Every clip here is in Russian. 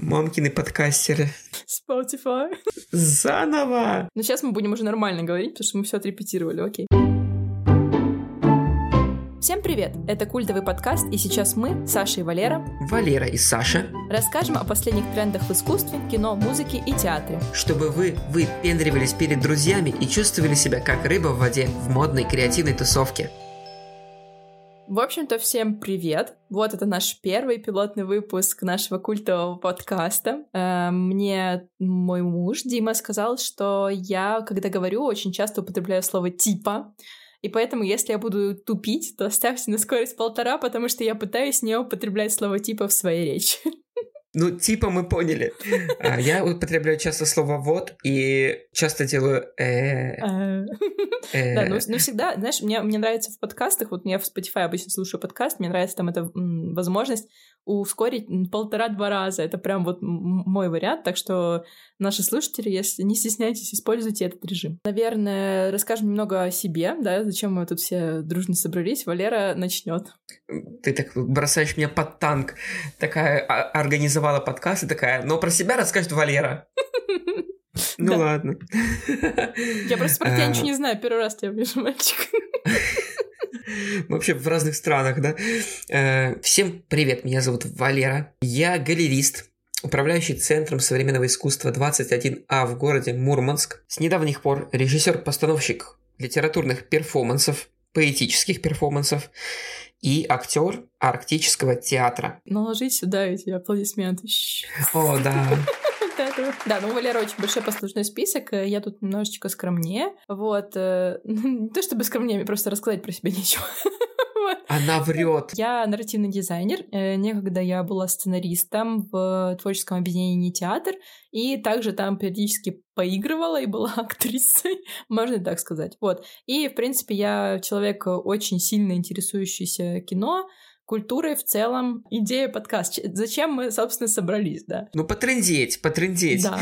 Мамкины подкастеры. Spotify. Заново! Но сейчас мы будем уже нормально говорить, потому что мы все отрепетировали, окей. Всем привет! Это культовый подкаст, и сейчас мы, Саша и Валера, Валера и Саша, расскажем о последних трендах в искусстве, кино, музыке и театре. Чтобы вы выпендривались перед друзьями и чувствовали себя как рыба в воде в модной креативной тусовке. В общем-то, всем привет! Вот это наш первый пилотный выпуск нашего культового подкаста. Мне мой муж Дима сказал, что я, когда говорю, очень часто употребляю слово «типа». И поэтому, если я буду тупить, то ставьте на скорость 1,5, потому что я пытаюсь не употреблять слово «типа» в своей речи. Ну, типа мы поняли. Я употребляю часто слово «вот» и часто делаю Да, ну всегда, знаешь, мне нравится в подкастах, вот я в Spotify обычно слушаю подкаст, мне нравится там эта возможность ускорить 1,5-2 раза. Это прям вот мой вариант, так что наши слушатели, если не стесняйтесь, используйте этот режим. Наверное, расскажем немного о себе, да, зачем мы тут все дружно собрались. Валера начнет. Ты так бросаешь меня под танк. Такая организовала подкаст и такая, но про себя расскажет Валера. Ну ладно. Я просто про тебя ничего не знаю, первый раз тебя вижу, мальчик. Вообще в разных странах, да? Всем привет, меня зовут Валера. Я галерист, управляющий Центром современного искусства 21А в городе Мурманск. С недавних пор режиссер-постановщик литературных перформансов, поэтических перформансов и актер Арктического театра. Наложи сюда эти аплодисменты. О, да. Да, ну у Валеры очень большой послужной список, я тут немножечко скромнее, вот, не то чтобы скромнее, мне просто рассказать про себя нечего. Она врет. Я нарративный дизайнер, некогда я была сценаристом в творческом объединении «Театр», и также там периодически поигрывала и была актрисой, можно так сказать, вот. И, в принципе, я человек очень сильно интересующийся кино, культурой в целом, идея подкаста. Зачем мы, собственно, собрались, да? Ну, потрындеть. Да.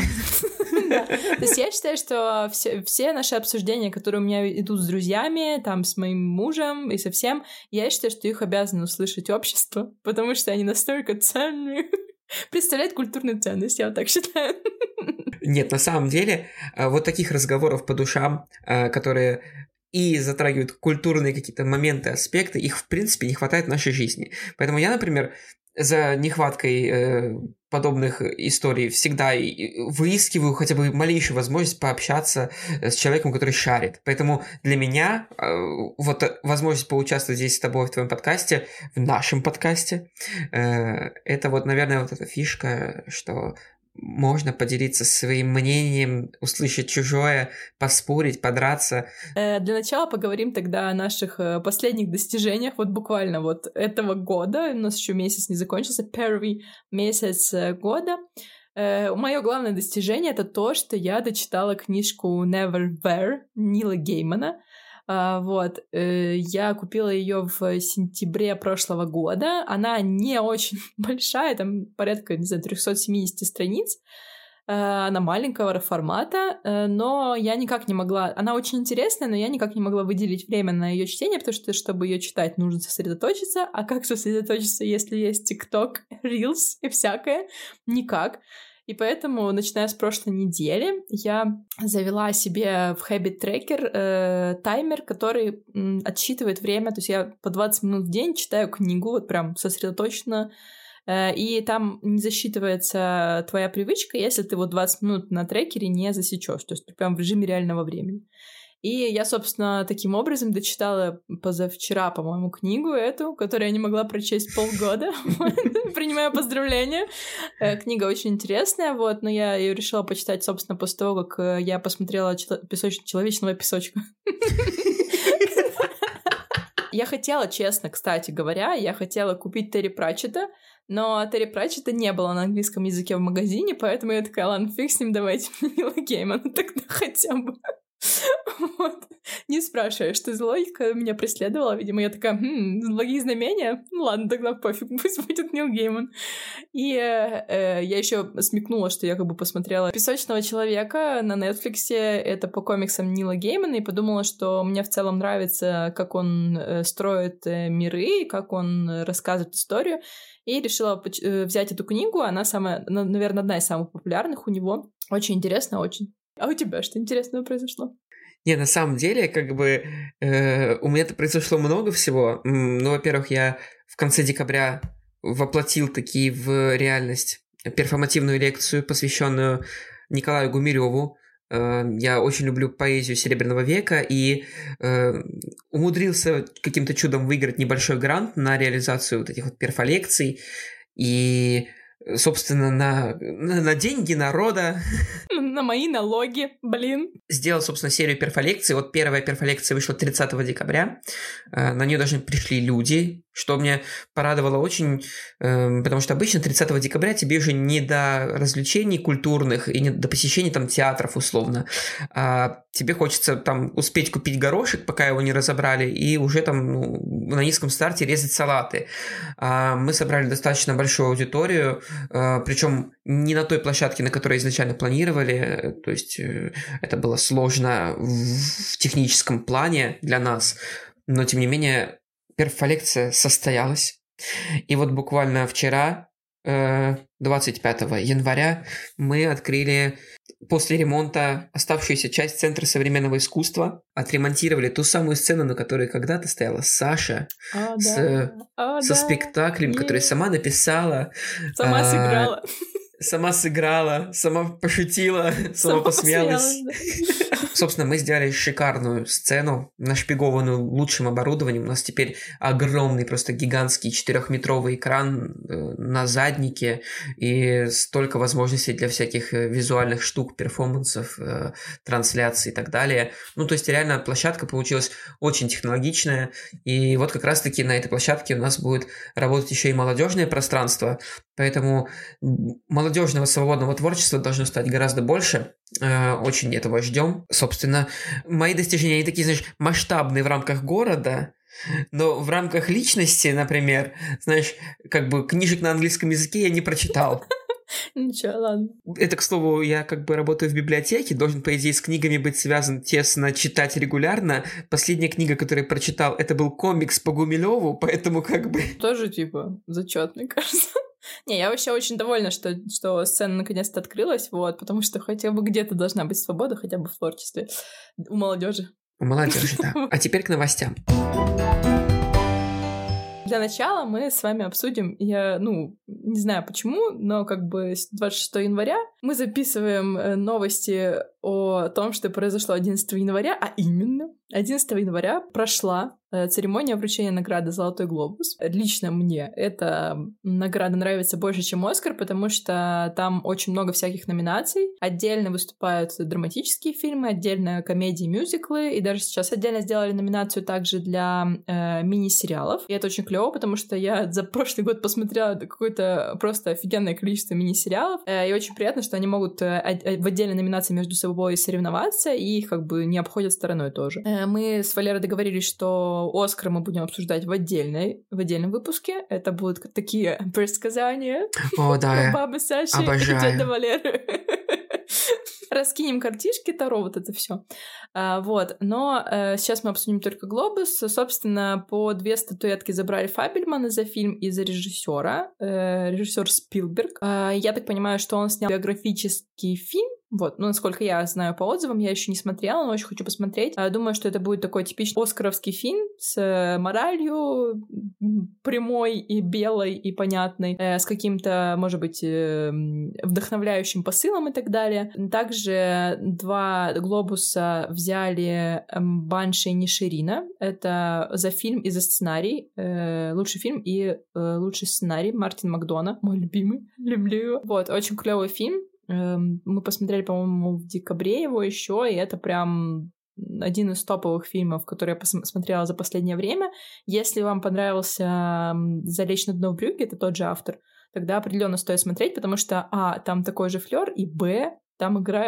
То есть я считаю, что все наши обсуждения, которые у меня идут с друзьями, там, с моим мужем и со всем, я считаю, что их обязано услышать общество, потому что они настолько ценные, представляют культурную ценность, я вот так считаю. Нет, на самом деле, вот таких разговоров по душам, которые и затрагивают культурные какие-то моменты, аспекты, их, в принципе, не хватает в нашей жизни. Поэтому я, например, за нехваткой подобных историй всегда выискиваю хотя бы малейшую возможность пообщаться с человеком, который шарит. Поэтому для меня вот возможность поучаствовать здесь с тобой в твоем подкасте, в нашем подкасте, это вот, наверное, вот эта фишка, что можно поделиться своим мнением, услышать чужое, поспорить, подраться. Для начала поговорим тогда о наших последних достижениях, вот буквально вот этого года, у нас еще месяц не закончился, первый месяц года. Мое главное достижение — это то, что я дочитала книжку Neverwhere Нила Геймана. Вот, я купила ее в сентябре прошлого года. Она не очень большая, там порядка, не знаю, 370 страниц. Она маленького формата, но я никак не могла... Она очень интересная, но я никак не могла выделить время на ее чтение, потому что, чтобы ее читать, нужно сосредоточиться. А как сосредоточиться, если есть TikTok, Reels и всякое? Никак. И поэтому, начиная с прошлой недели, я завела себе в Habit Tracker таймер, который отсчитывает время. То есть я по 20 минут в день читаю книгу, вот прям сосредоточенно. И там не засчитывается твоя привычка, если ты вот 20 минут на трекере не засечешь. То есть ты прям в режиме реального времени. И я, собственно, таким образом дочитала позавчера, по-моему, книгу эту, которую я не могла прочесть полгода. Принимаю поздравления. Книга очень интересная, вот, но я ее решила почитать, собственно, после того, как я посмотрела «Человечного песочка». Я хотела, честно, кстати говоря, я хотела купить Терри Пратчетта, но Терри Пратчетта не было на английском языке в магазине, поэтому я такая, ладно, фиг с ним, давайте Нила Геймана тогда хотя бы. Вот. Не спрашивай, что за логика меня преследовала. Видимо, я такая, благие знамения? Ну ладно, тогда пофиг, пусть будет Нил Гейман. И я еще смекнула, что я как бы посмотрела «Песочного человека» на Netflix. Это по комиксам Нила Геймана, и подумала, что мне в целом нравится, как он строит миры, как он рассказывает историю. и решила взять эту книгу. Она самая, наверное, одна из самых популярных у него. Очень интересно, очень. А у тебя что интересного произошло? Не, на самом деле, как бы, у меня-то произошло много всего. Ну, во-первых, я в конце декабря воплотил таки в реальность перформативную лекцию, посвященную Николаю Гумилеву. Я очень люблю поэзию Серебряного века и умудрился каким-то чудом выиграть небольшой грант на реализацию вот этих вот перфолекций. И, собственно, на деньги народа... На мои налоги, блин. Сделал, собственно, серию перфолекций. Вот первая перфолекция вышла 30 декабря. На нее даже пришли люди, что мне порадовало очень, потому что обычно 30 декабря тебе уже не до развлечений культурных и не до посещения там театров условно, а тебе хочется там успеть купить горошек, пока его не разобрали, и уже там на низком старте резать салаты. Мы собрали достаточно большую аудиторию, причем не на той площадке, на которой изначально планировали, то есть это было сложно в техническом плане для нас, но тем не менее перфолекция состоялась. И вот буквально вчера, 25 января, мы открыли после ремонта оставшуюся часть Центра современного искусства, отремонтировали ту самую сцену, на которой когда-то стояла Саша со спектаклем, который сама написала. Сама сыграла, сама пошутила, сама посмеялась. Собственно, мы сделали шикарную сцену, нашпигованную лучшим оборудованием. У нас теперь огромный, просто гигантский 4-метровый экран на заднике и столько возможностей для всяких визуальных штук, перформансов, трансляций и так далее. Ну, то есть, реально, площадка получилась очень технологичная. И вот как раз-таки на этой площадке у нас будет работать еще и молодежное пространство. Поэтому молодежного свободного творчества должно стать гораздо больше. Очень этого ждем. Собственно, мои достижения, они такие, знаешь, масштабные в рамках города, но в рамках личности, например, знаешь, как бы книжек на английском языке я не прочитал. Ничего, ладно. Это, к слову, я как бы работаю в библиотеке, должен, по идее, с книгами быть связан тесно, читать регулярно. Последняя книга, которую я прочитал, это был комикс по Гумилеву, поэтому как бы... Тоже, типа, зачет, мне кажется. Не, я вообще очень довольна, что сцена наконец-то открылась, вот, потому что хотя бы где-то должна быть свобода, хотя бы в творчестве у молодежи. У молодежи, да. А теперь к новостям. Для начала мы с вами обсудим, я, не знаю почему, но как бы 26 января мы записываем новости о том, что произошло 11 января, а именно 11 января прошла церемония вручения награды «Золотой глобус». Лично мне эта награда нравится больше, чем «Оскар», потому что там очень много всяких номинаций. Отдельно выступают драматические фильмы, отдельно комедии, мюзиклы, и даже сейчас отдельно сделали номинацию также для мини-сериалов. И это очень клево, потому что я за прошлый год посмотрела какое-то просто офигенное количество мини-сериалов, и очень приятно, что они могут в отдельной номинации между собой соревноваться, и их как бы не обходят стороной тоже. Мы с Валерой договорились, что «Оскар» мы будем обсуждать в отдельном выпуске. Это будут такие предсказания. О, да, бабы Саши обожаю. и деда Валеры. Раскинем картишки Таро, вот это все. Вот, но сейчас мы обсудим только «Глобус». Собственно, по 2 статуэтки забрали Фабельмана за фильм и за режиссера. Режиссер Спилберг. Я так понимаю, что он снял биографический фильм. Вот, насколько я знаю по отзывам, я еще не смотрела, но очень хочу посмотреть. Думаю, что это будет такой типичный оскаровский фильм с моралью прямой и белой и понятной, с каким-то, может быть, вдохновляющим посылом и так далее. Также 2 глобуса взяли Банши и Ниширина. Это за фильм и за сценарий. Лучший фильм и лучший сценарий. Мартин Макдона, мой любимый. Люблю его. Вот, очень клевый фильм. Мы посмотрели, по-моему, в декабре его еще, и это прям один из топовых фильмов, которые я посмотрела за последнее время. Если вам понравился «Залечь на дно в брюгге», это тот же автор, тогда определенно стоит смотреть, потому что там такой же флёр, и там играют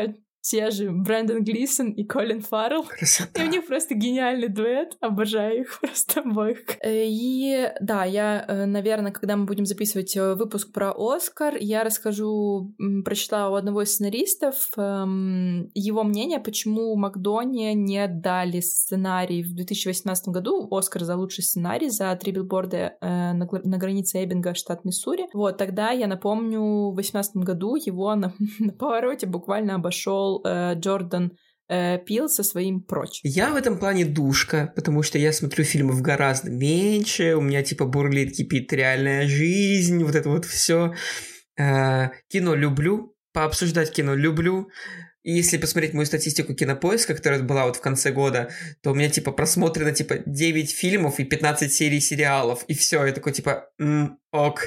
те же Брэндон Глисон и Колин Фаррелл. Красота. И у них просто гениальный дуэт. Обожаю их просто обоих. И да, я, наверное, когда мы будем записывать выпуск про Оскар, я расскажу, прочитала у одного из сценаристов его мнение, почему Макдоне не дали сценарий в 2018 году, Оскар за лучший сценарий за «Три билборда на границе Эббинга, штат Миссури. Вот, тогда, я напомню, в 2018 году его на повороте буквально обошел Джордан Пил со своим «Прочь». Я в этом плане душка, потому что я смотрю фильмов гораздо меньше, у меня типа бурлит, кипит реальная жизнь, вот это вот все. Кино люблю, пообсуждать кино люблю. И если посмотреть мою статистику Кинопоиска, которая была вот в конце года, то у меня типа просмотрено типа 9 фильмов и 15 серий сериалов, и все, я такой типа ок.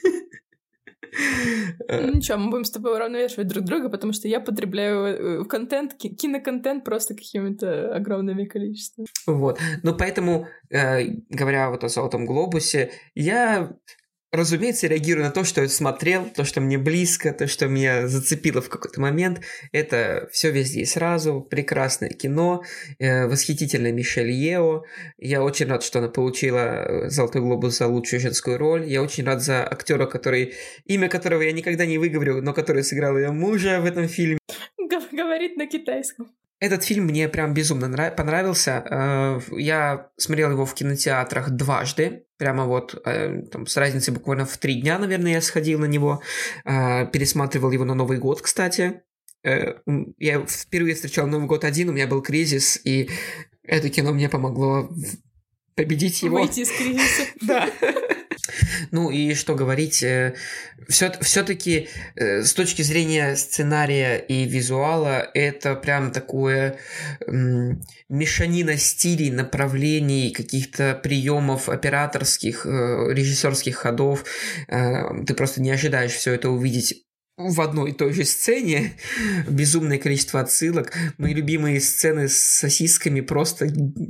Ничего, мы будем с тобой уравновешивать друг друга, потому что я потребляю контент, киноконтент просто какими-то огромными количествами. Вот. Ну, поэтому, говоря вот о «Золотом глобусе», я, разумеется, реагирую на то, что я смотрел, то, что мне близко, то, что меня зацепило в какой-то момент. Это все везде и сразу. Прекрасное кино, восхитительная Мишель Ео. Я очень рад, что она получила «Золотой глобус» за лучшую женскую роль. Я очень рад за актера, имя которого я никогда не выговорю, но который сыграл ее мужа в этом фильме. Говорит на китайском. Этот фильм мне прям безумно понравился. Я смотрел его в кинотеатрах дважды. Прямо вот там, с разницей буквально в 3 дня, наверное, я сходил на него. Пересматривал его на Новый год, кстати. Я впервые встречал Новый год один, у меня был кризис, и это кино мне помогло победить его. Выйти из кризиса. Да. Ну и что говорить, все-таки с точки зрения сценария и визуала это прям такое мешанина стилей, направлений, каких-то приемов операторских, режиссерских ходов. Ты просто не ожидаешь все это увидеть в одной и той же сцене. Безумное количество отсылок. Мои любимые сцены с сосисками просто...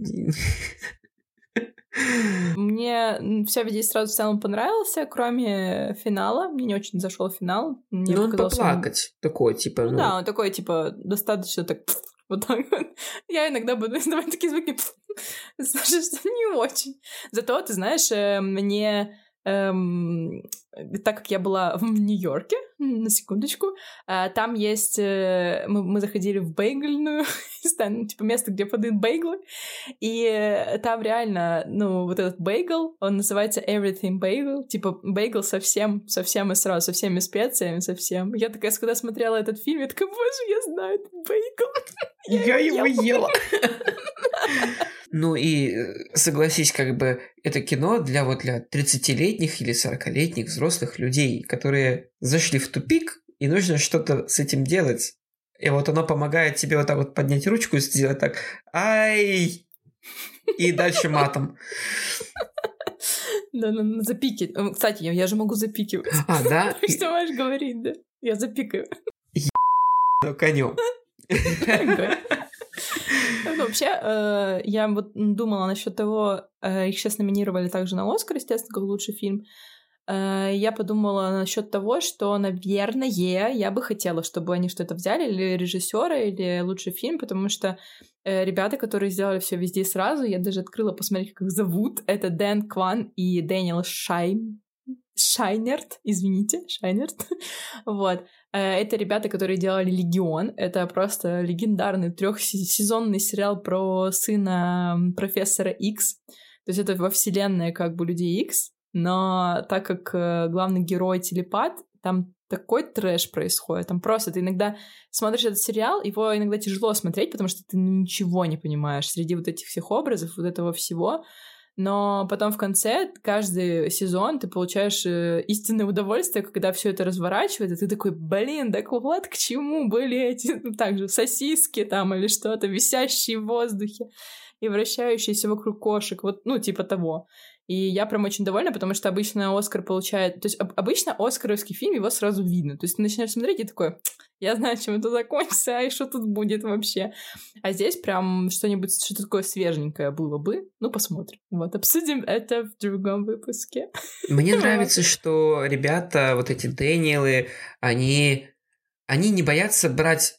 Мне все «Веди сразу» в целом понравился, кроме финала. Мне не очень зашел финал. Мне он поплакать такой, типа... Ну да, он такой, типа, достаточно так... Вот так вот. Я иногда буду издавать такие звуки. Слушай, что не очень. Зато, ты знаешь, мне... так как я была в Нью-Йорке, на секундочку, там есть... Мы заходили в бейгельную, типа место, где подают бейглы, и там реально, ну, вот этот бейгл, он называется Everything Bagel, типа бейгл совсем и сразу, со всеми специями, совсем. Я такая, когда смотрела этот фильм, я такая, боже, я знаю этот бейгл. Я его ела. Ну и согласись, как бы это кино для 30-летних или 40-летних взрослых людей, которые зашли в тупик, и нужно что-то с этим делать. И вот оно помогает тебе вот так вот поднять ручку и сделать так «Ай!» и дальше матом. Да, запикивать. Кстати, я же могу запикивать. А, да? Что можешь говорить, да? Я запикаю. Конем. Ну, вообще, я вот думала насчет того, их сейчас номинировали также на Оскар, естественно, как лучший фильм. Я подумала насчет того, что, наверное, я бы хотела, чтобы они что-то взяли, или режиссера, или лучший фильм, потому что ребята, которые сделали все везде и сразу, я даже открыла посмотреть, как их зовут. Это Дэн Кван и Дэниел Шайнерт, извините, Шайнерт. Вот. Это ребята, которые делали «Легион». Это просто легендарный 3-сезонный сериал про сына профессора Икс. То есть это во вселенной как бы Людей Икс, но так как главный герой телепат, там такой трэш происходит. Там просто ты иногда смотришь этот сериал, его иногда тяжело смотреть, потому что ты ничего не понимаешь среди вот этих всех образов, вот этого всего. Но потом в конце, каждый сезон ты получаешь истинное удовольствие, когда все это разворачивается, и ты такой, блин, так вот к чему были эти, также сосиски там или что-то, висящие в воздухе и вращающиеся вокруг кошек, вот, ну, типа того. И я прям очень довольна, потому что обычно Оскар получает... То есть обычно оскаровский фильм, его сразу видно. То есть ты начинаешь смотреть и такой, я знаю, чем это закончится, и что тут будет вообще. А здесь прям что-нибудь, что-то такое свеженькое было бы. Ну, посмотрим. Вот, обсудим это в другом выпуске. Мне нравится, что ребята, вот эти Дэниелы, они не боятся брать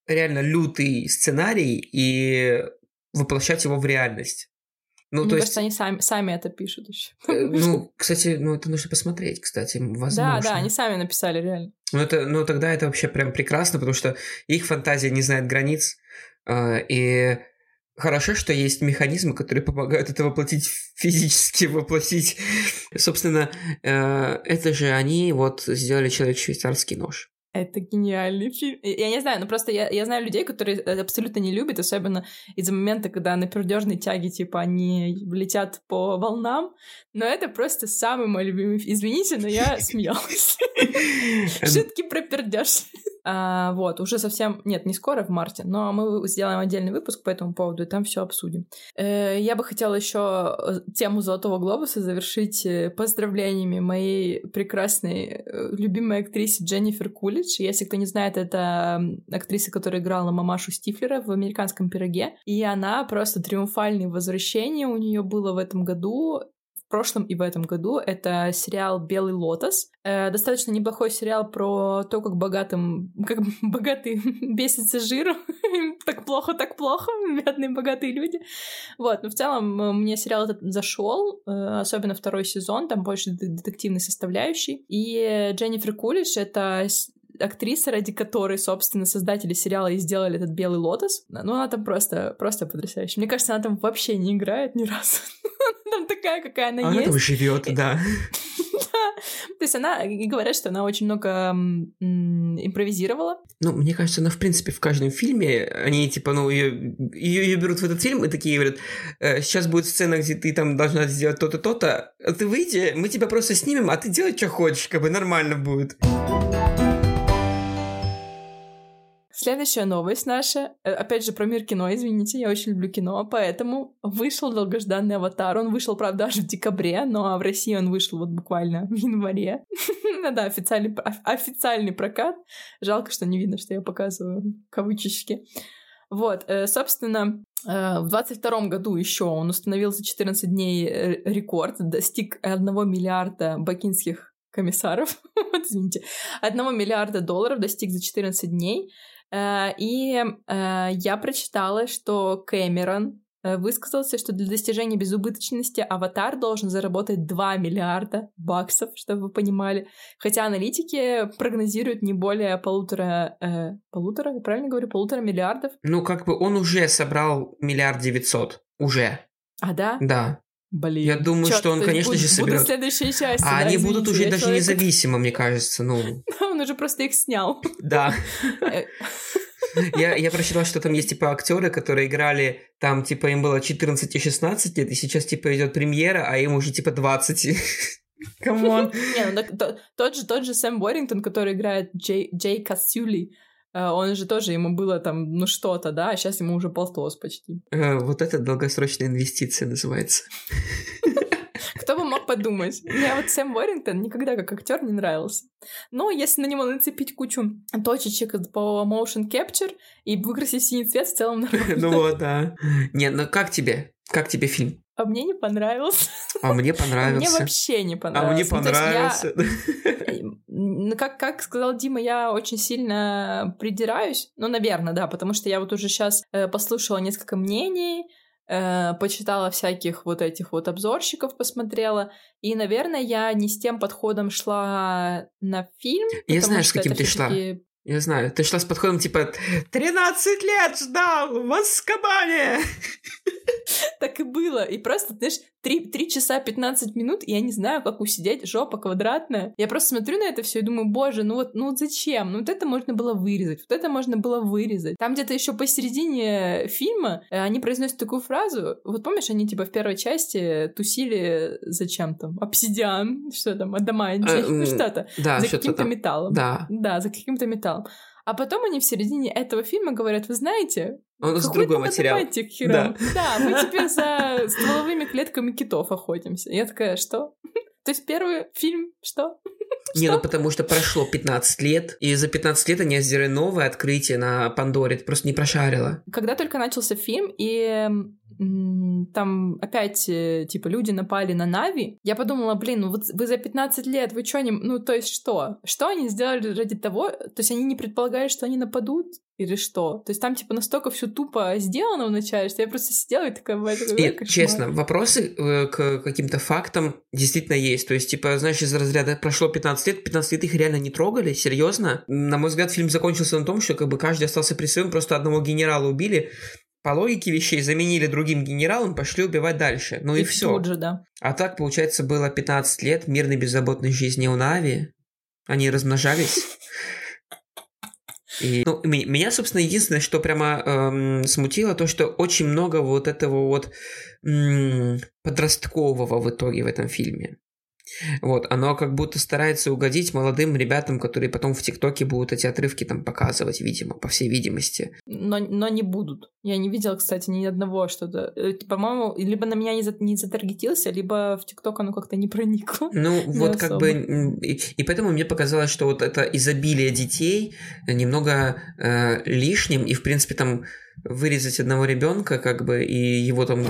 реально лютый сценарий и воплощать его в реальность. Ну, Мне то кажется, есть... они сами это пишут еще. Ну, кстати, это нужно посмотреть, кстати, возможно. Да, они сами написали, реально. Ну, тогда это вообще прям прекрасно, потому что их фантазия не знает границ, и хорошо, что есть механизмы, которые помогают это воплотить физически, воплотить. Собственно, это же они вот сделали «Человек-швейцарский нож». Это гениальный фильм. Я не знаю, просто я знаю людей, которые абсолютно не любят, особенно из-за момента, когда на пердёжной тяге, типа, они летят по волнам, но это просто самый мой любимый фильм. Извините, но я смеялась. Шутки про пердёж. Вот, уже совсем... Нет, не скоро, в марте, но мы сделаем отдельный выпуск по этому поводу, и там все обсудим. Я бы хотела еще тему «Золотого глобуса» завершить поздравлениями моей прекрасной любимой актрисе Дженнифер Кулидж. Если кто не знает, это актриса, которая играла мамашу Стифлера в «Американском пироге», и она просто триумфальное возвращение у нее было в этом году, в прошлом и в этом году. Это сериал «Белый лотос». Достаточно неплохой сериал про то, как богатые бесятся жиром. Так плохо, бедные богатые люди. Вот, но в целом мне сериал этот зашел, особенно второй сезон, там больше детективной составляющей. И Дженнифер Кулидж — это актриса, ради которой, собственно, создатели сериала и сделали этот «Белый лотос». Ну, она там просто потрясающая. Мне кажется, она там вообще не играет ни разу. Там такая, какая она есть. Она там живет, да. То есть она, и говорят, что она очень много импровизировала. Ну, мне кажется, она, в принципе, в каждом фильме, они, типа, ее берут в этот фильм и такие говорят, сейчас будет сцена, где ты там должна сделать то-то, то-то, а ты выйди, мы тебя просто снимем, а ты делай, что хочешь, как бы нормально будет. Следующая новость наша, опять же, про мир кино, извините, я очень люблю кино, поэтому вышел долгожданный «Аватар». Он вышел, правда, аж в декабре, но в России он вышел вот буквально в январе. Да, официальный прокат. Жалко, что не видно, что я показываю кавычечки. Вот, собственно, в 22-м году еще он установил за 14 дней рекорд, достиг 1 миллиарда бакинских комиссаров, вот, извините, 1 миллиарда долларов достиг за 14 дней. И я прочитала, что Кэмерон высказался, что для достижения безубыточности «Аватар» должен заработать 2 миллиарда баксов, чтобы вы понимали. Хотя аналитики прогнозируют не более полутора, я правильно говорю, 1,5 миллиардов. Ну, как бы он уже собрал 1 900 000 000. Уже. А, да? Да. Блин. Я думаю, что он, конечно же, соберет. Будут следующие части. А да, они извините, будут уже даже независимо, мне кажется. Ну. Он уже просто их снял. Да. Я прочитал, что там есть, типа, актеры, которые играли, там, типа, им было 14 и 16 лет, и сейчас, типа, идет премьера, а им уже, типа, 20. Камон. Не, ну тот же Сэм Уоррингтон, который играет Джей Кассюли, он же тоже, ему было там, ну что-то, да, а сейчас ему уже полтос почти. Вот это долгосрочная инвестиция называется. Кто бы мог подумать? Мне вот Сэм Уоррингтон никогда как актер не нравился. Но если на него нацепить кучу точечек по motion capture и выкрасить синий цвет, в целом нормально. Ну вот, да. Не, ну как тебе? Как тебе фильм? А мне не понравился. А мне понравился. Мне вообще не понравился. А мне понравился. Ну, как сказал Дима, я очень сильно придираюсь. Ну, наверное, да, потому что я вот уже сейчас послушала несколько мнений, почитала всяких вот этих вот обзорщиков, посмотрела, и, наверное, я не с тем подходом шла на фильм. Я знаю, с каким ты шла. Я знаю, ты шла с подходом типа 13 лет ждал в Азкабане. Так и было. И просто, знаешь, 3 часа 15 минут, и я не знаю, как усидеть, жопа квадратная. Я просто смотрю на это все и думаю, боже, ну вот зачем? Ну вот это можно было вырезать, вот это можно было вырезать. Там где-то еще посередине фильма они произносят такую фразу. Вот помнишь, они типа в первой части тусили зачем там? Обсидиан, что там, адамантий, ну что-то. Да, за каким-то металлом. Да. Да, за каким-то металлом. А потом они в середине этого фильма говорят, вы знаете, у нас другой материал. Да. Да, мы теперь за стволовыми клетками китов охотимся. Я такая, что? То есть первый фильм, что? Не, ну потому что прошло 15 лет, и за 15 лет они сделали новое открытие на Пандоре, ты просто не прошарила. Когда только начался фильм, и там опять, типа, люди напали на Нави, я подумала, блин, ну вот вы за 15 лет, вы что, ну то есть что? Что они сделали ради того? То есть они не предполагали, что они нападут? Или что? То есть там, типа, настолько все тупо сделано вначале, что я просто сидела и такая, Нет, честно, вопросы к каким-то фактам действительно есть. То есть, типа, знаешь, из разряда прошло 15 лет их реально не трогали, серьезно. На мой взгляд, фильм закончился на том, что как бы каждый остался при своем, просто одного генерала убили, по логике вещей заменили другим генералом, пошли убивать дальше. Ну и все. Тут же, да. А так, получается, было 15 лет мирной беззаботной жизни у Нави. Они размножались. И, ну, меня, собственно, единственное, что прямо смутило, то, что очень много вот этого вот подросткового в итоге в этом фильме. Вот, оно как будто старается угодить молодым ребятам, которые потом в ТикТоке будут эти отрывки там показывать, видимо, по всей видимости. Но не будут. Я не видела, кстати, ни одного что-то. По-моему, либо на меня не затаргетился, либо в ТикТок оно как-то не проникло. Ну, вот как бы... И поэтому мне показалось, что вот это изобилие детей немного лишним, и, в принципе, там вырезать одного ребенка, как бы, и его там...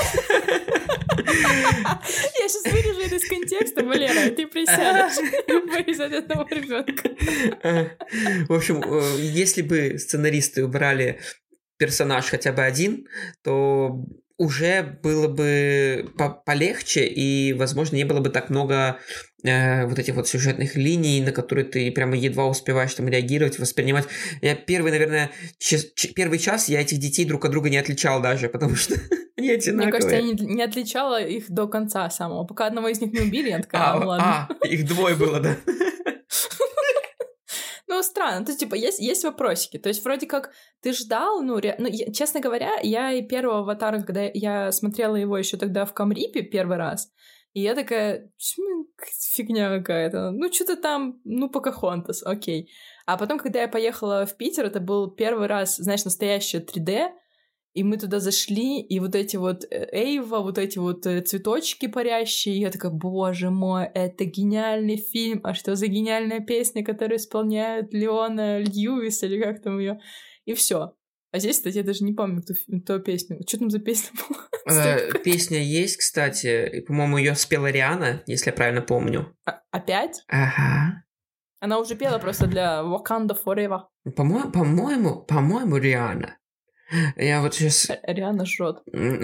Я сейчас вырежу это из контекста, Валера, ты присядешь вырезать одного ребенка. В общем, если бы сценаристы убрали персонаж хотя бы один, то уже было бы полегче, и, возможно, не было бы так много вот этих вот сюжетных линий, на которые ты прямо едва успеваешь там реагировать, воспринимать. Я первый час я этих детей друг от друга не отличал даже, потому что они одинаковые. Мне кажется, я не отличала их до конца самого. Пока одного из них не убили, я такая, ладно. Их двое было, да? Ну, странно. То есть, типа, есть вопросики. То есть, вроде как, ты ждал, честно говоря, я и первого «Аватара», когда я смотрела его еще тогда в Камрипе первый раз, и я такая, фигня какая-то. Ну, что-то там, Покахонтас, окей. А потом, когда я поехала в Питер, это был первый раз, знаешь, настоящее 3D, и мы туда зашли, и вот эти вот Эйва, вот эти вот цветочки парящие, и я такая, боже мой, это гениальный фильм, а что за гениальная песня, которую исполняет Леона Льюис, или как там ее, и все. А здесь, кстати, я даже не помню, кто песню. Что там за песня была? Песня есть, кстати, по-моему, ее спела Риана, если я правильно помню. Опять? Ага. Она уже пела просто для Wakanda Forever. По-моему, Риана. Я вот сейчас... Реально жжет.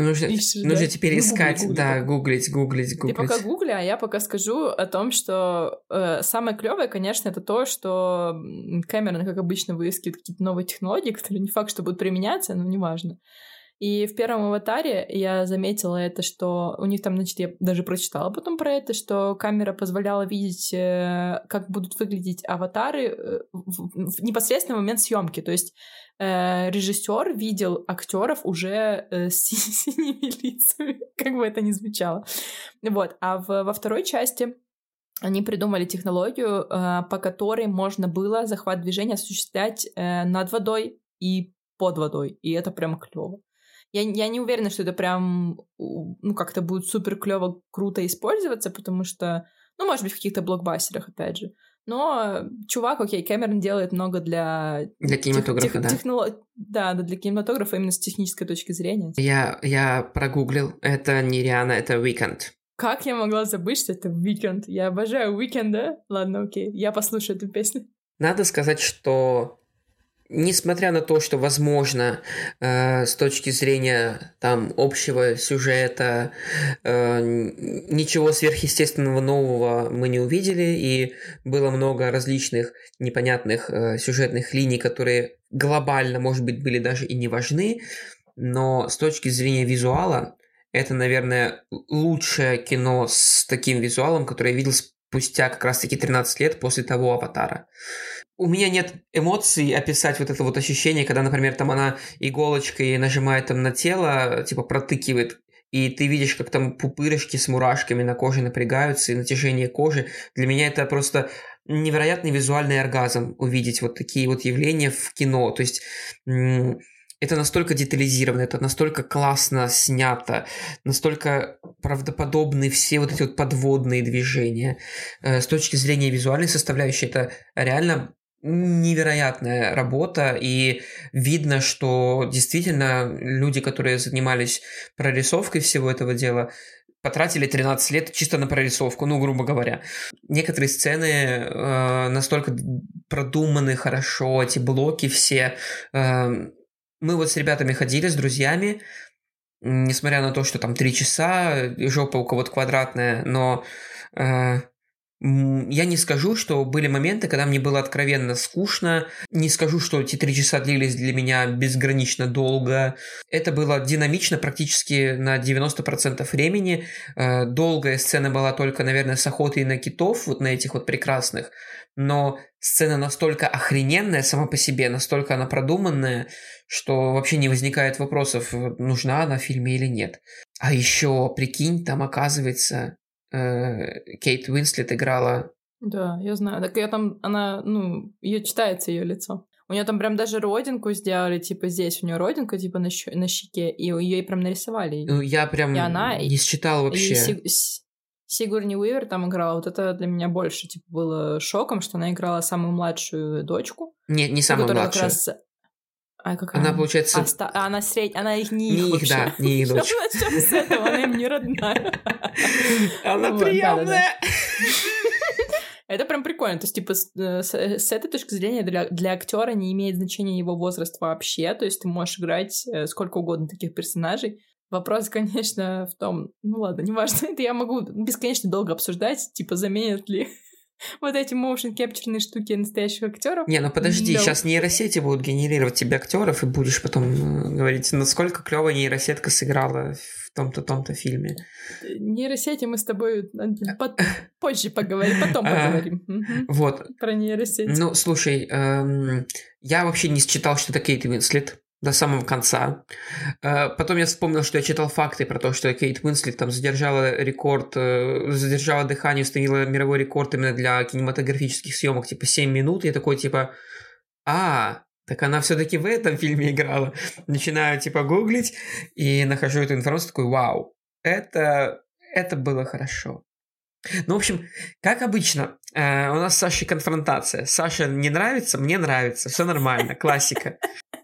Нужно теперь искать, гуглить. Ты пока гугли, а я пока скажу о том, что самое клевое, конечно, это то, что Кэмерон, как обычно, выискивает какие-то новые технологии, которые не факт, что будут применяться, но неважно. И в первом «Аватаре» я заметила это, что у них там, значит, я даже прочитала потом про это, что камера позволяла видеть, как будут выглядеть аватары в непосредственный момент съемки. То есть режиссер видел актеров уже с синими лицами, как бы это ни звучало. Вот. А во второй части они придумали технологию, по которой можно было захват движения осуществлять над водой и под водой. И это прям клево. Я не уверена, что это прям, как-то будет супер клево, круто использоваться, потому что, может быть, в каких-то блокбастерах, опять же. Но чувак, Кэмерон делает много для кинематографа, да. Да, для кинематографа именно с технической точки зрения. Я прогуглил, это не Риана, это Weeknd. Как я могла забыть, что это Weeknd? Я обожаю Weeknd, да? Ладно, окей, я послушаю эту песню. Надо сказать, что несмотря на то, что, возможно, с точки зрения там общего сюжета ничего сверхъестественного нового мы не увидели, и было много различных непонятных сюжетных линий, которые глобально, может быть, были даже и не важны, но с точки зрения визуала это, наверное, лучшее кино с таким визуалом, которое я видел спустя как раз-таки 13 лет после того «Аватара». У меня нет эмоций описать вот это вот ощущение, когда, например, там она иголочкой нажимает там на тело, типа протыкивает, и ты видишь, как там пупырышки с мурашками на коже напрягаются, и натяжение кожи. Для меня это просто невероятный визуальный оргазм увидеть вот такие вот явления в кино. То есть это настолько детализировано, это настолько классно снято, настолько правдоподобны все вот эти вот подводные движения. С точки зрения визуальной составляющей, это реально невероятная работа, и видно, что действительно люди, которые занимались прорисовкой всего этого дела, потратили 13 лет чисто на прорисовку, ну, грубо говоря. Некоторые сцены настолько продуманы хорошо, эти блоки все. Мы вот с ребятами ходили, с друзьями, несмотря на то, что там 3 часа, жопа у кого-то квадратная, но я не скажу, что были моменты, когда мне было откровенно скучно, не скажу, что эти 3 часа длились для меня безгранично долго. Это было динамично практически на 90% времени. Долгая сцена была только, наверное, с охотой на китов, вот на этих вот прекрасных, но сцена настолько охрененная сама по себе, настолько она продуманная, что вообще не возникает вопросов, нужна она в фильме или нет. А еще, прикинь, там оказывается... Кейт Уинслет играла. Да, я знаю. Так я там, она, ну, ее читается ее лицо. У нее там прям даже родинку сделали, типа здесь у нее родинка, типа на щеке, и ее прям нарисовали. Ну, я прям и она, не считал вообще. И Сигурни Уивер там играла. Вот это для меня больше, типа, было шоком, что она играла самую младшую дочку. Не самую младшую. Как раз... какая она, получается... она она их не их вообще. Да, не их дочь. Начнем с этого, она им не родная. Она приемная. Это прям прикольно. То есть, типа, с этой точки зрения для актера не имеет значения его возраст вообще. То есть ты можешь играть сколько угодно таких персонажей. Вопрос, конечно, в том... Ну ладно, неважно. Это я могу бесконечно долго обсуждать, типа, заменят ли... вот эти motion capture штуки настоящих актеров. Не, ну подожди, сейчас нейросети будут генерировать тебе актеров, и будешь потом говорить, насколько клево нейросетка сыграла в том-то фильме. Нейросети мы с тобой позже поговорим, потом поговорим. Вот. Про нейросети. Ну, слушай, я вообще не считал, что это Кейт Уинслет до самого конца. Потом я вспомнил, что я читал факты про то, что Кейт Уинслет там задержала дыхание, установила мировой рекорд именно для кинематографических съемок, типа 7 минут. Я такой, типа, так она все-таки в этом фильме играла. Начинаю, типа, гуглить и нахожу эту информацию, такой, вау, это было хорошо. Ну, в общем, как обычно, у нас с Сашей конфронтация. Саша не нравится, мне нравится, все нормально, классика.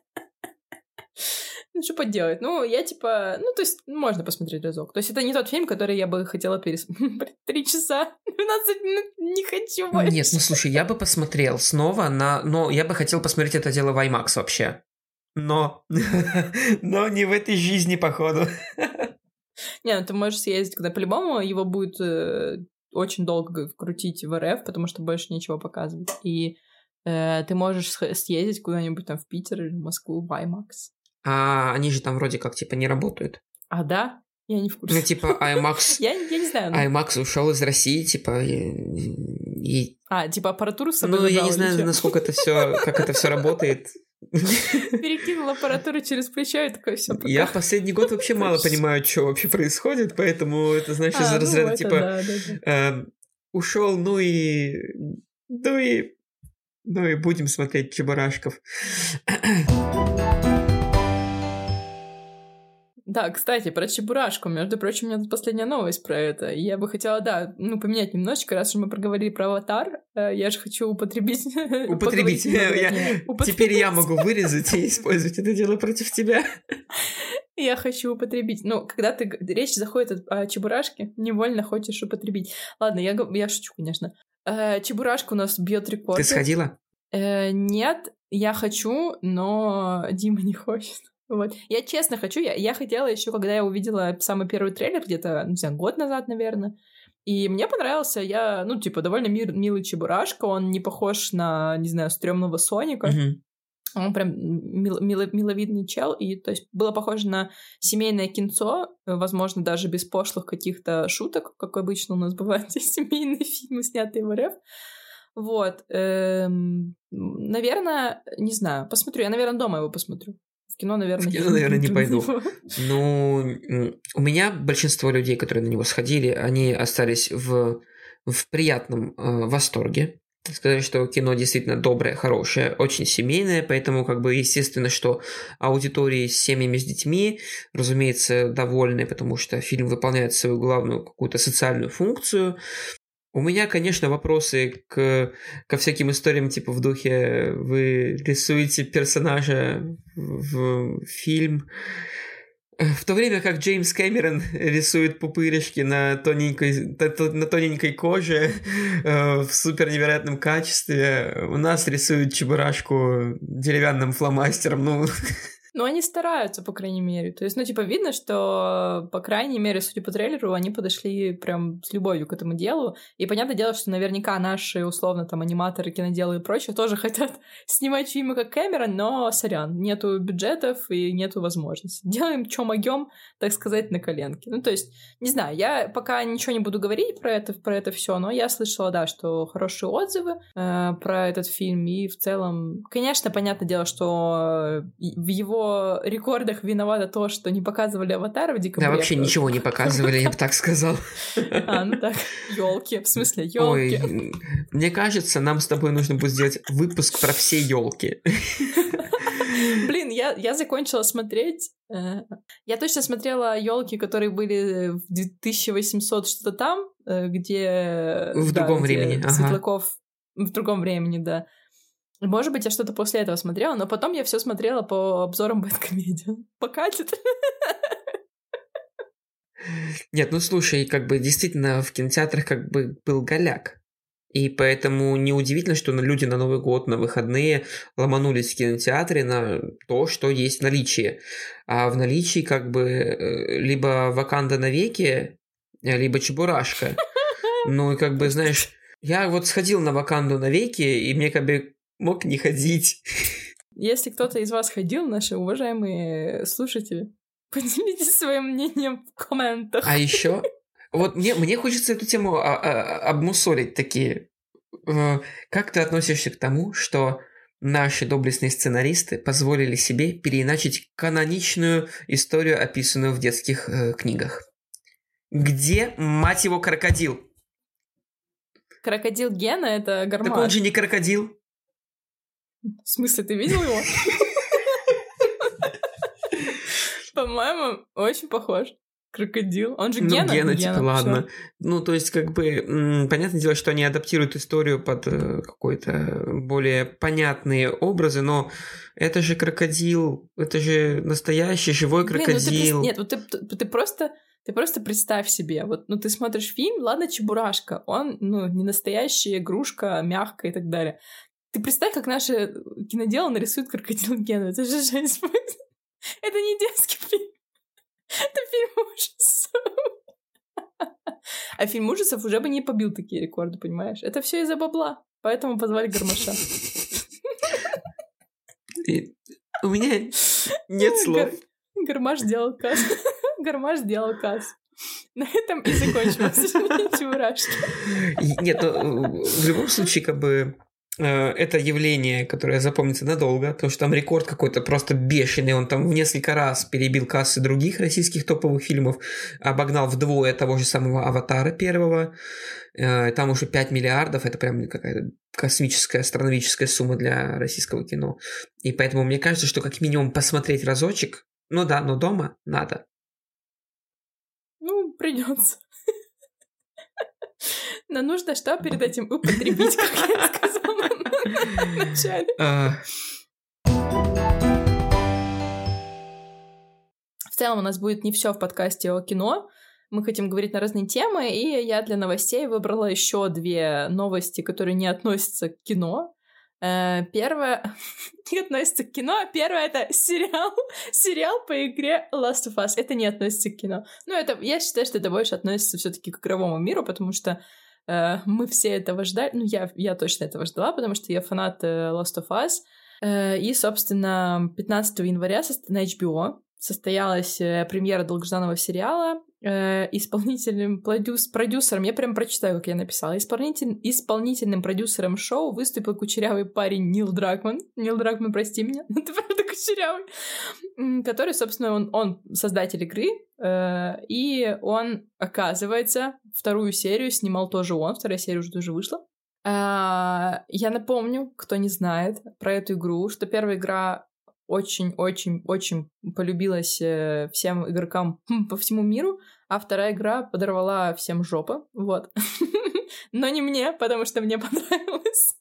Ну, что поделать? Ну, я типа... Ну, то есть, можно посмотреть разок. То есть, это не тот фильм, который я бы хотела пересмотреть. 3 часа, 12 минут, не хочу больше. Нет, ну, слушай, я бы посмотрел снова но я бы хотел посмотреть это дело в IMAX вообще. Но не в этой жизни, походу. Не, ну, ты можешь съездить, когда по-любому его будет очень долго крутить в РФ, потому что больше нечего показывать. И ты можешь съездить куда-нибудь там в Питер или в Москву в IMAX. А они же там вроде как, типа, не работают. А, да? Я не в курсе. Ну, типа, IMAX... я не знаю. IMAX ушел из России, типа... типа, аппаратуру с собой Ну, я не знаю, насколько это все, как это все работает. Перекинул аппаратуру через плечо и такой, все. Я последний год вообще мало понимаю, что вообще происходит, поэтому это, значит, из разряда, типа, ушел, ну и будем смотреть Чебурашков. Да, кстати, про Чебурашку. Между прочим, у меня тут последняя новость про это. И я бы хотела, поменять немножечко, раз уж мы проговорили про «Аватар». Я же хочу употребить. Теперь я могу вырезать и использовать это дело против тебя. Я хочу употребить. Ну, когда речь заходит о Чебурашке, невольно хочешь употребить. Ладно, я шучу, конечно. Чебурашка у нас бьет рекорд. Ты сходила? Нет, я хочу, но Дима не хочет. Вот. Я честно хочу, я хотела еще, когда я увидела самый первый трейлер, где-то, не знаю, год назад, наверное, и мне понравился, довольно милый Чебурашка, он не похож на, не знаю, стрёмного Соника, он прям миловидный чел, и, то есть, было похоже на семейное кинцо, возможно, даже без пошлых каких-то шуток, как обычно у нас бывают семейные фильмы, снятые в РФ. Вот. Наверное, не знаю, посмотрю, я, наверное, дома его посмотрю. В кино, наверное, не пойду. Ну, у меня большинство людей, которые на него сходили, они остались в приятном восторге. Сказали, что кино действительно доброе, хорошее, очень семейное, поэтому, как бы, естественно, что аудитории с семьями, с детьми, разумеется, довольны, потому что фильм выполняет свою главную какую-то социальную функцию. У меня, конечно, вопросы ко всяким историям, типа в духе вы рисуете персонажа в фильм, в то время как Джеймс Кэмерон рисует пупырышки на тоненькой коже в супер невероятном качестве, у нас рисуют Чебурашку деревянным фломастером, ну... Но они стараются, по крайней мере. То есть, ну, типа, видно, что, по крайней мере, судя по трейлеру, они подошли прям с любовью к этому делу. И понятное дело, что наверняка наши, условно, там, аниматоры, киноделы и прочее тоже хотят снимать фильмы как Кэмерон, но, сорян, нету бюджетов и нету возможностей. Делаем, что могем, так сказать, на коленке. Ну, то есть, не знаю, я пока ничего не буду говорить про это все, но я слышала, да, что хорошие отзывы про этот фильм, и в целом, конечно, понятное дело, что в его рекордах виновато то, что не показывали «Аватар» в декабре. Да, вообще ничего не показывали, я бы так сказал. Ну так, елки, в смысле, елки. Ой, мне кажется, нам с тобой нужно будет сделать выпуск про все елки. Блин, я закончила смотреть. Я точно смотрела елки, которые были в 2800 что-то там, где... В другом времени. Светлаков в другом времени, да. Может быть, я что-то после этого смотрела, но потом я все смотрела по обзорам Бэдкомедиан. Покатит. Нет, ну слушай, как бы действительно в кинотеатрах как бы был голяк. И поэтому неудивительно, что люди на Новый год, на выходные ломанулись в кинотеатре на то, что есть в наличии. А в наличии как бы либо «Ваканда навеки», либо «Чебурашка». Ну и как бы, знаешь, я вот сходил на «Ваканду навеки», и мне как бы мог не ходить. Если кто-то из вас ходил, наши уважаемые слушатели, поделитесь своим мнением в комментах. А еще, вот мне хочется эту тему обмусолить такие. Как ты относишься к тому, что наши доблестные сценаристы позволили себе переиначить каноничную историю, описанную в детских книгах? Где, мать его, крокодил? Крокодил Гена — это Гармаш. Так он же не крокодил. В смысле, ты видел его? По-моему, очень похож. Крокодил. Он же Гена. Ну, Гена, типа, ладно. Ну, то есть, как бы, понятное дело, что они адаптируют историю под какой-то более понятные образы, но это же крокодил, это же настоящий живой крокодил. Нет, вот ты просто представь себе, вот, ну, ты смотришь фильм, ладно, Чебурашка, он, ну, не настоящая игрушка, мягкая и так далее. Ты представь, как наши киноделы нарисуют крокодил Гену. Это же жесть. Это не детский фильм. Это фильм ужасов. А фильм ужасов уже бы не побил такие рекорды, понимаешь? Это все из-за бабла. Поэтому позвали Гармаша. У меня нет слов. Гармаш сделал касс. Гармаш сделал касс. На этом и закончим обсуждение Чебурашки. Нет, ну, в любом случае, как бы, это явление, которое запомнится надолго, потому что там рекорд какой-то просто бешеный, он там в несколько раз перебил кассы других российских топовых фильмов, обогнал вдвое того же самого «Аватара» первого, там уже 5 миллиардов, это прям какая-то космическая, астрономическая сумма для российского кино, и поэтому мне кажется, что как минимум посмотреть разочек, ну да, но дома надо. Ну, придется. Но нужно что перед этим употребить, как я сказала в начале. В целом у нас будет не все в подкасте о кино. Мы хотим говорить на разные темы, и я для новостей выбрала еще 2 новости, которые не относятся к кино. Первое не относится к кино, первое — это сериал по игре Last of Us. Это не относится к кино. Ну, это, я считаю, что это больше относится все-таки к игровому миру, потому что мы все этого ждали. Ну, я точно этого ждала, потому что я фанат Last of Us. И, собственно, 15 января на HBO состоялась премьера долгожданного сериала. Исполнительным продюсером, я прям прочитаю, как я написала, исполнительным продюсером шоу выступил кучерявый парень Нил Дракман. Нил Дракман, прости меня, но ты правда кучерявый. Который, собственно, он создатель игры, и он, оказывается, 2 серию снимал тоже он, 2 серия уже тоже вышла. Я напомню, кто не знает про эту игру, что первая игра очень-очень-очень полюбилась всем игрокам по всему миру, а вторая игра подорвала всем жопы, вот. Но не мне, потому что мне понравилось.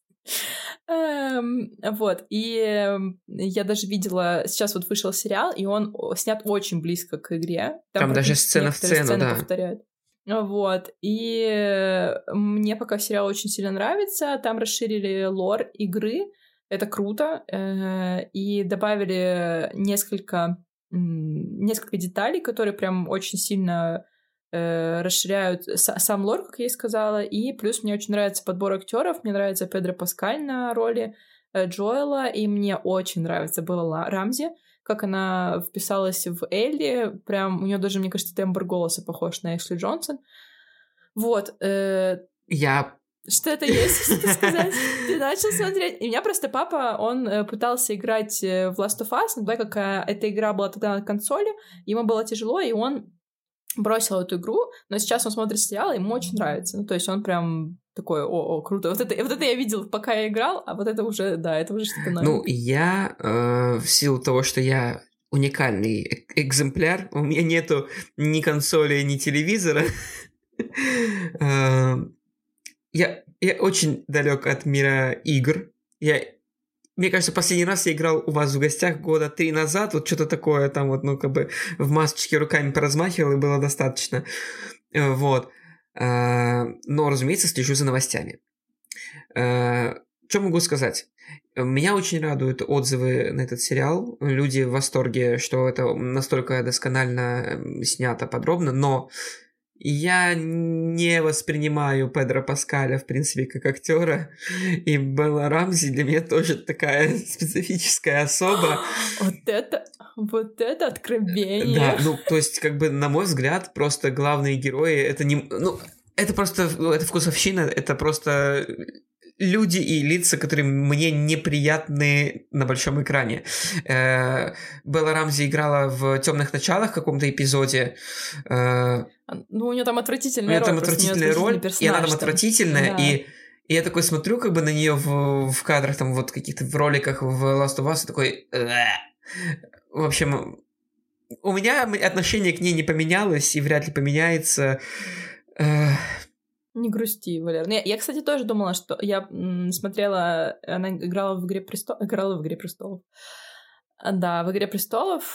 Вот, и я даже видела, сейчас вот вышел сериал, и он снят очень близко к игре. Там даже сцена в сцену, да. Повторяют. Вот, и мне пока сериал очень сильно нравится, там расширили лор игры, это круто, и добавили несколько деталей, которые прям очень сильно расширяют сам лор, как я и сказала, и плюс мне очень нравится подбор актеров, мне нравится Педро Паскаль на роли Джоэла, и мне очень нравится Белла Рамзи, как она вписалась в Элли, прям у нее даже, мне кажется, тембр голоса похож на Эшли Джонсон. Вот. Что это есть, что сказать? Ты начал смотреть. И у меня просто папа, он пытался играть в Last of Us, но так как эта игра была тогда на консоли, ему было тяжело, и он бросил эту игру, но сейчас он смотрит сериал, и ему очень нравится. Ну, то есть он прям такой, круто. Вот это я видел, пока я играл, а вот это уже, да, это уже что-то новое. Ну, я, в силу того, что я уникальный экземпляр, у меня нету ни консоли, ни телевизора, я очень далек от мира игр. Мне кажется, последний раз я играл у вас в гостях 3 года назад, вот что-то такое там вот, ну, как бы в масочке руками поразмахивал, и было достаточно. Вот. Но, разумеется, слежу за новостями. Что могу сказать? Меня очень радуют отзывы на этот сериал. Люди в восторге, что это настолько досконально снято подробно, но я не воспринимаю Педро Паскаля, в принципе, как актера, и Белла Рамзи для меня тоже такая специфическая особа. Вот это откровение. Да, ну, то есть, как бы, на мой взгляд, просто главные герои, это не... Ну, это просто... Это вкусовщина, это просто... люди и лица, которые мне неприятны на большом экране. Белла Рамзи играла в «Темных началах» в каком-то эпизоде. Ну, у нее там отвратительная роль. И она там отвратительная, да. И я такой смотрю как бы на нее в кадрах, там вот каких-то в роликах в Last of Us, и такой... В общем, у меня отношение к ней не поменялось и вряд ли поменяется. Не грусти, Валер. Я, кстати, тоже думала, что я смотрела, она играла в «Игре престолов». Да, в «Игре престолов»,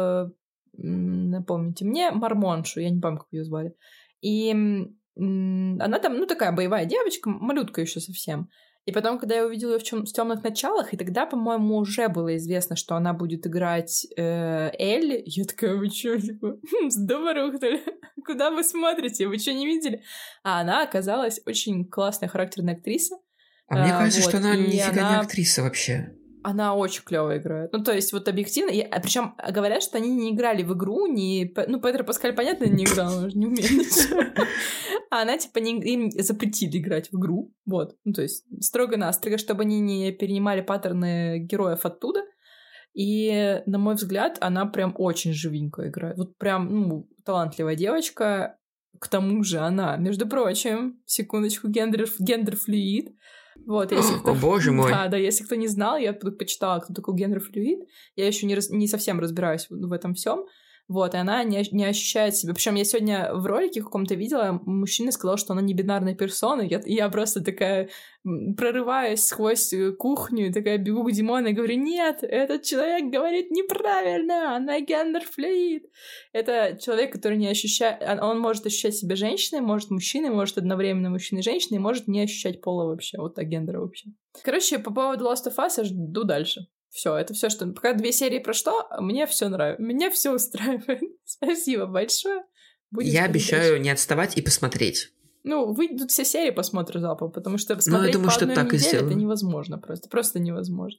напомните мне, Мормоншу, я не помню, как ее звали. И она там, ну, такая боевая девочка, малютка еще совсем. И потом, когда я увидела ее в «Темных началах», и тогда, по-моему, уже было известно, что она будет играть Элли, я такая, вы что, типа, здорово, куда вы смотрите, вы что, не видели? А она оказалась очень классная характерная актриса. А мне кажется, что она нифига не актриса вообще. Она очень клево играет. Ну, то есть, вот объективно... Причем говорят, что они не играли в игру, ну, Педро Паскаль, понятно, не играл, он же не умеет ничего. А она, типа, им запретили играть в игру. Вот. Ну, то есть, строго-настрого, чтобы они не перенимали паттерны героев оттуда. И, на мой взгляд, она прям очень живенько играет. Вот прям, ну, талантливая девочка. К тому же она, между прочим, секундочку, гендер-флюид. Вот, если кто... О, боже мой. Да, если кто не знал, я почитала, кто такой гендер-флюид. Я еще не совсем разбираюсь в этом всем. Вот, и она не ощущает себя. Причем я сегодня в ролике в каком-то видела, мужчина сказал, что она не бинарная персона. Я просто такая прорываюсь сквозь кухню, такая бегу к Димону и говорю: нет, этот человек говорит неправильно, она гендер-флюид. Это человек, который не ощущает... Он может ощущать себя женщиной, может мужчиной, может одновременно мужчиной и женщиной, может не ощущать пола вообще, вот так, гендера вообще. Короче, по поводу Last of Us я жду дальше. Все, это все, что... Пока 2 серии прошло, мне все нравится. Меня все устраивает. Спасибо большое. Я обещаю не отставать и посмотреть. Ну, выйдут все серии, посмотрю залпом, потому что смотреть по одной неделе это невозможно просто. Просто невозможно.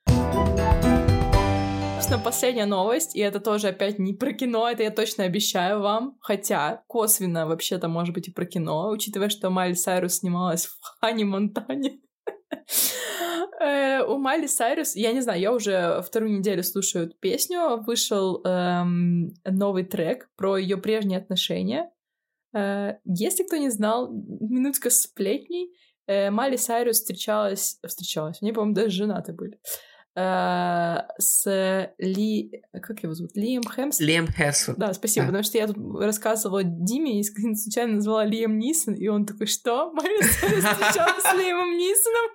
Собственно, последняя новость, и это тоже опять не про кино, это я точно обещаю вам, хотя косвенно вообще-то может быть и про кино, учитывая, что Майли Сайрус снималась в Ханни Монтане. У Майли Сайрус, я не знаю, я уже 2-ю неделю слушаю эту песню, вышел новый трек про ее прежние отношения. Если кто не знал, минутка сплетней. Майли Сайрус встречалась, они, по-моему, даже женаты были, с как его зовут? Лиам Хемсворт? Лиам Хемсворт. Да, спасибо, потому что я тут рассказывала Диме и случайно назвала Лиам Нисон, и он такой, что? Майли Сайрус встречалась с Лиамом Нисоном?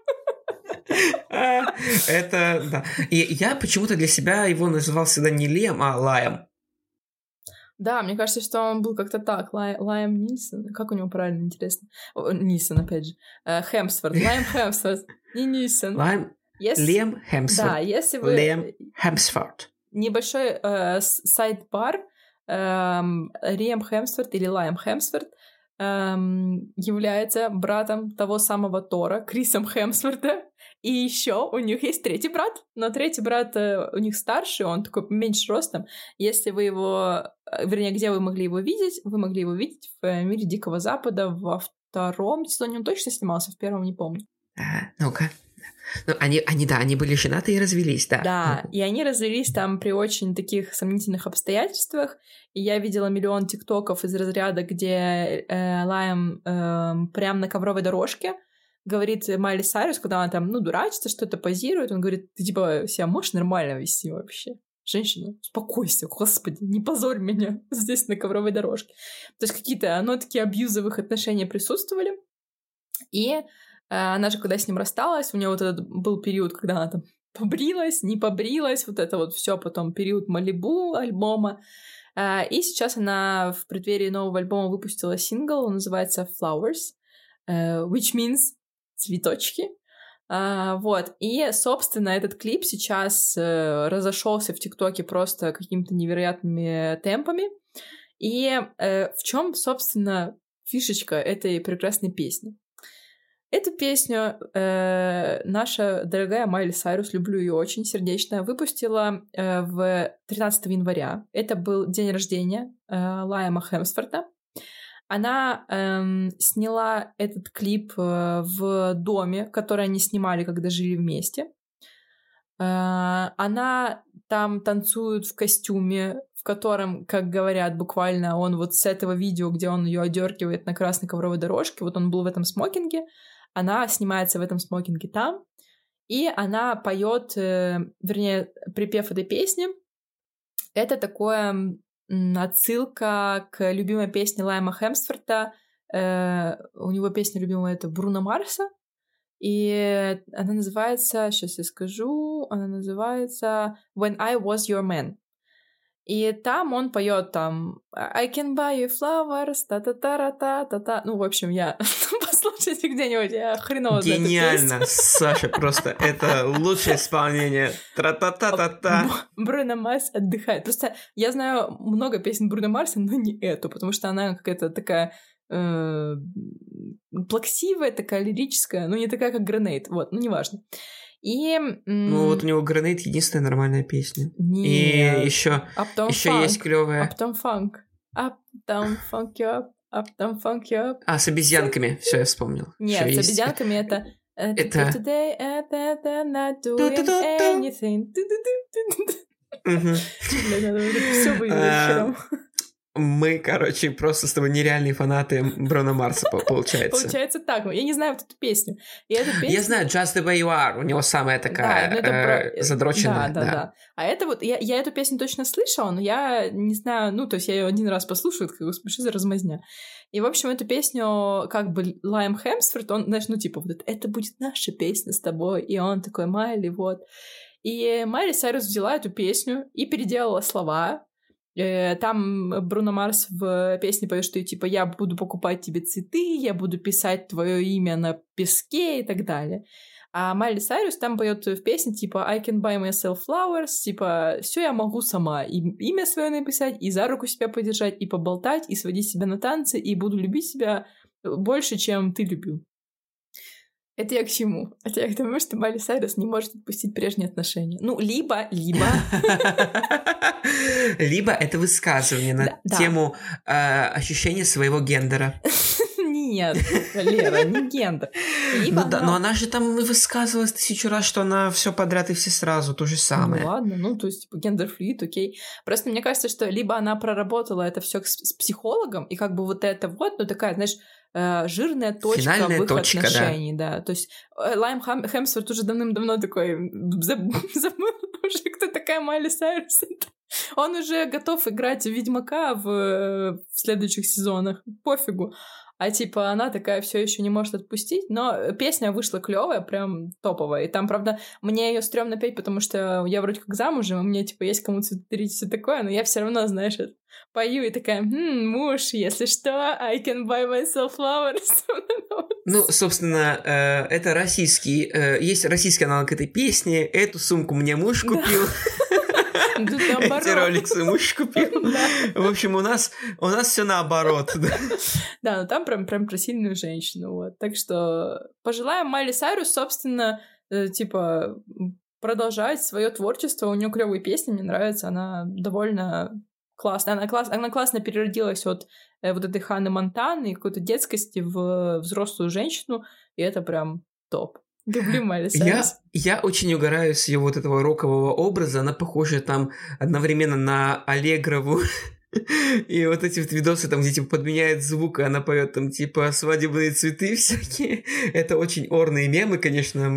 Это, да. И я почему-то для себя его называл всегда не Лиам, а Лайам. Да, мне кажется, что он был как-то так. Лайам Нисон. Как у него правильно, интересно? Нисон, опять же. Хемсворт. Лайам Хемсворт. Не Нисон. Лиам Хемсворт. Да, если вы... Лиам Хемсворт. Небольшой сайд-бар. Лиам Хемсворт или Лайам Хемсворт является братом того самого Тора, Крисом Хемсворта. И еще у них есть третий брат, но третий брат у них старший, он такой меньше ростом. Если вы его... Вернее, где вы могли его видеть? Вы могли его видеть в «Мире Дикого Запада» во втором сезоне. Он точно снимался, в первом не помню. Ну-ка. Ну, они были женаты и развелись, да. Да, и они развелись там при очень таких сомнительных обстоятельствах. И я видела миллион тиктоков из разряда, где Лайам прям на ковровой дорожке говорит Майли Сайрус, когда она там, дурачится, что-то позирует, он говорит, ты типа себя можешь нормально вести вообще? Женщина, успокойся, господи, не позорь меня здесь на ковровой дорожке. То есть какие-то нотки абьюзовых отношений присутствовали. И она же, когда с ним рассталась, у нее вот этот был период, когда она там побрилась, не побрилась, вот это вот все, потом период Малибу альбома. И сейчас она в преддверии нового альбома выпустила сингл, он называется Flowers, which means цветочки. Вот. И, собственно, этот клип сейчас разошелся в ТикТоке просто какими-то невероятными темпами. И в чем, собственно, фишечка этой прекрасной песни? Эту песню наша дорогая Майли Сайрус, люблю ее очень сердечно, выпустила в 13 января. Это был день рождения Лайама Хемсворта. Она сняла этот клип в доме, который они снимали, когда жили вместе. Она там танцует в костюме, в котором, как говорят, буквально он вот с этого видео, где он ее одергивает на красной ковровой дорожке, вот он был в этом смокинге, она снимается в этом смокинге там, и она поет, вернее, припев этой песни. Это такое отсылка к любимой песне Лайама Хемсворта. У него песня любимая — это Бруно Марса. И она называется, сейчас я скажу, она называется When I Was Your Man. И там он поет там I can buy you flowers, та-та-та-та-та-та. Ну, в общем, послушайте где-нибудь, я хреново знаю эту песню. Гениально, Саша, просто это лучшее исполнение. Тра-та-та-та-та. Бруно Марс отдыхает. Просто я знаю много песен Бруно Марса, но не эту, потому что она какая-то такая плаксивая, такая лирическая, но не такая, как Grenade. Вот, неважно. И... Ну, вот у него Grenade — единственная нормальная песня. Нет. И еще есть клевая. Uptown Funk. Uptown Funk you up. Uptown Funk you up. С обезьянками. Все, я вспомнил. Нет, с обезьянками это... Today I'm not doing anything. Все выиграть. Мы, короче, просто с тобой нереальные фанаты Бруно Марса, получается. Получается так. Я не знаю вот эту песню. Я знаю Just the Way You Are. У него самая такая задроченная. Да. А это вот... Я эту песню точно слышала, но я не знаю... Ну, то есть я ее один раз послушаю, как что за размазня. И, в общем, эту песню как бы Лайам Хемсворт, он, знаешь, типа, вот это будет наша песня с тобой. И он такой, Майли, вот. И Майли Сайрус взяла эту песню и переделала слова. Там Бруно Марс в песне поет, что типа я буду покупать тебе цветы, я буду писать твое имя на песке и так далее. А Майли Сайрус там поет в песне типа I can buy myself flowers, типа все я могу сама и имя свое написать, и за руку себя подержать, и поболтать, и сводить себя на танцы, и буду любить себя больше, чем ты любил. Это я к чему? Это я к тому, что Майли Сайрус не может отпустить прежние отношения. Ну, либо... Либо это высказывание на тему ощущения своего гендера. Нет, Лера, не гендер. Ну да, но она же там высказывалась 1000 раз, что она все подряд и все сразу, то же самое. Ну ладно, ну то есть типа гендер-флюид, окей. Просто мне кажется, что либо она проработала это все с психологом, и как бы вот это вот, ну такая, знаешь, жирная точка финальная в их точка, отношении, да. То есть Лайм Хемсворт уже давным-давно такой забыл уже, кто такая Майли Сайрус. Он уже готов играть в Ведьмака в следующих сезонах. Пофигу. А типа она такая все еще не может отпустить, но песня вышла клевая, прям топовая. И там, правда, мне ее стрёмно петь, потому что я вроде как замужем, и мне типа есть кому цветы дарить и все такое, но я все равно, знаешь, пою и такая, муж, если что, I can buy myself flowers. Ну, собственно, это российский, есть российский аналог этой песни. Эту сумку мне муж купил. Эти роликсы муж купил. В общем, у нас все наоборот. Да, но там прям про сильную женщину. Вот. Так что пожелаем Майли Сайрус, собственно, типа, продолжать свое творчество. У нее клевые песни, мне нравится. Она довольно классная. Она классно переродилась от вот этой Ханны Монтаны и какой-то детскости в взрослую женщину. И это прям топ. Люблю Майли Сайрус. Я очень угораю с ее вот этого рокового образа. Она похожа там одновременно на Аллегрову. И вот эти вот видосы там, где типа подменяет звук, и она поет там типа свадебные цветы всякие. Это очень орные мемы, конечно.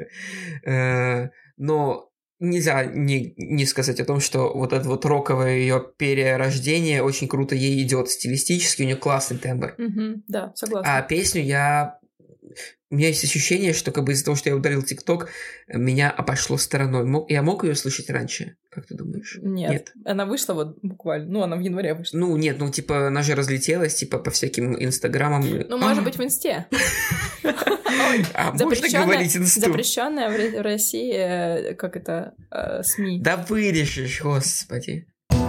Но нельзя не сказать о том, что вот это вот роковое ее перерождение очень круто ей идет стилистически. У нее классный тембр. Да, согласна. А песню у меня есть ощущение, что как бы из-за того, что я удалил ТикТок, меня обошло стороной. Я мог ее слышать раньше? Как ты думаешь? Нет. Она вышла вот буквально. Ну, она в январе вышла. Ну, нет, ну, типа, она же разлетелась, типа, по всяким инстаграмам. Ну, может быть, в инсте. Можно говорить инсту? Запрещенная в России, как это, СМИ. Да вырежешь, господи.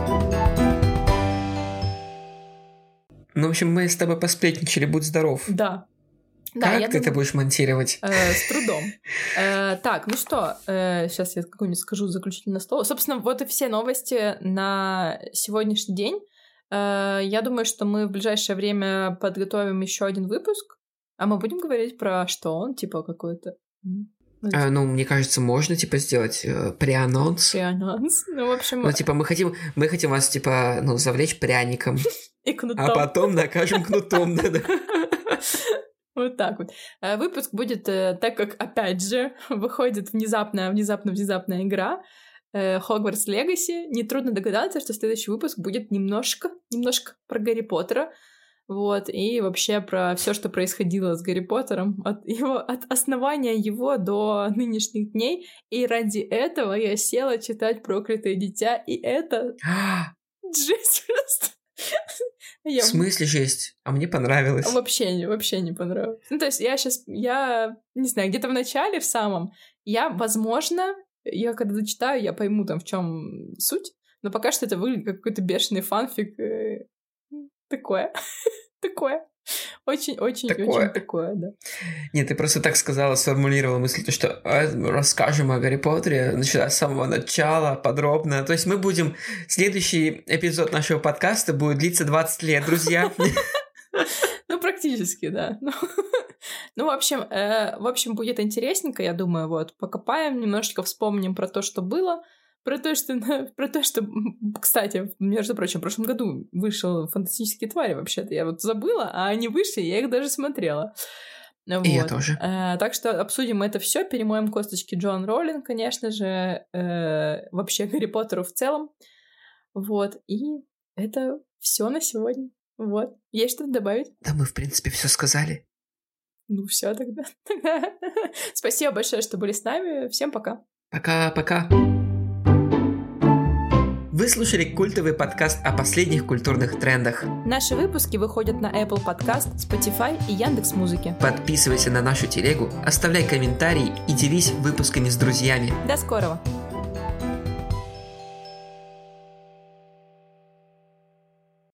Ну, в общем, мы с тобой посплетничали, будь здоров. Да. Как ты это будешь монтировать? С трудом. Так, ну что, сейчас я какое-нибудь скажу заключительное слово. Собственно, вот и все новости на сегодняшний день. Я думаю, что мы в ближайшее время подготовим еще один выпуск, а мы будем говорить про что он, типа какой-то... Ну, мне кажется, можно, типа, сделать преанонс. Преанонс? Ну, в общем... Ну, типа, мы хотим вас, типа, ну, завлечь пряником. И кнутом. А потом накажем кнутом, да-да. Вот так вот. Выпуск будет, так как, опять же, выходит внезапная игра Hogwarts Legacy. Нетрудно догадаться, что следующий выпуск будет немножко про Гарри Поттера. Вот, и вообще про все, что происходило с Гарри Поттером, от основания его до нынешних дней. И ради этого я села читать «Проклятое дитя», и это жесть просто. В смысле жесть? А мне понравилось. Вообще не понравилось. Ну, то есть я не знаю, где-то в начале, в самом, возможно, я когда дочитаю, я пойму там, в чем суть, но пока что это выглядит как какой-то бешеный фанфик. Такое. Очень такое, да. Нет, ты просто так сказала, сформулировала мысль, что расскажем о Гарри Поттере, начиная с самого начала, подробно. То есть мы будем... Следующий эпизод нашего подкаста будет длиться 20 лет, друзья. Ну, практически, да. Ну, в общем, будет интересненько, я думаю, вот. Покопаем, немножечко вспомним про то, что было. Про то, что, кстати, между прочим, в прошлом году вышел «Фантастические твари», вообще-то. Я вот забыла, а они вышли, я их даже смотрела. Вот. И я тоже. Так что обсудим это все, перемоем косточки Джоан Роулинг, конечно же, вообще Гарри Поттеру в целом. Вот, и это все на сегодня. Вот. Есть что-то добавить? Да мы, в принципе, все сказали. Ну все тогда. Спасибо большое, что были с нами. Всем пока. Пока-пока. Вы слушали культовый подкаст о последних культурных трендах. Наши выпуски выходят на Apple Podcast, Spotify и Яндекс.Музыке. Подписывайся на нашу телегу, оставляй комментарии и делись выпусками с друзьями. До скорого!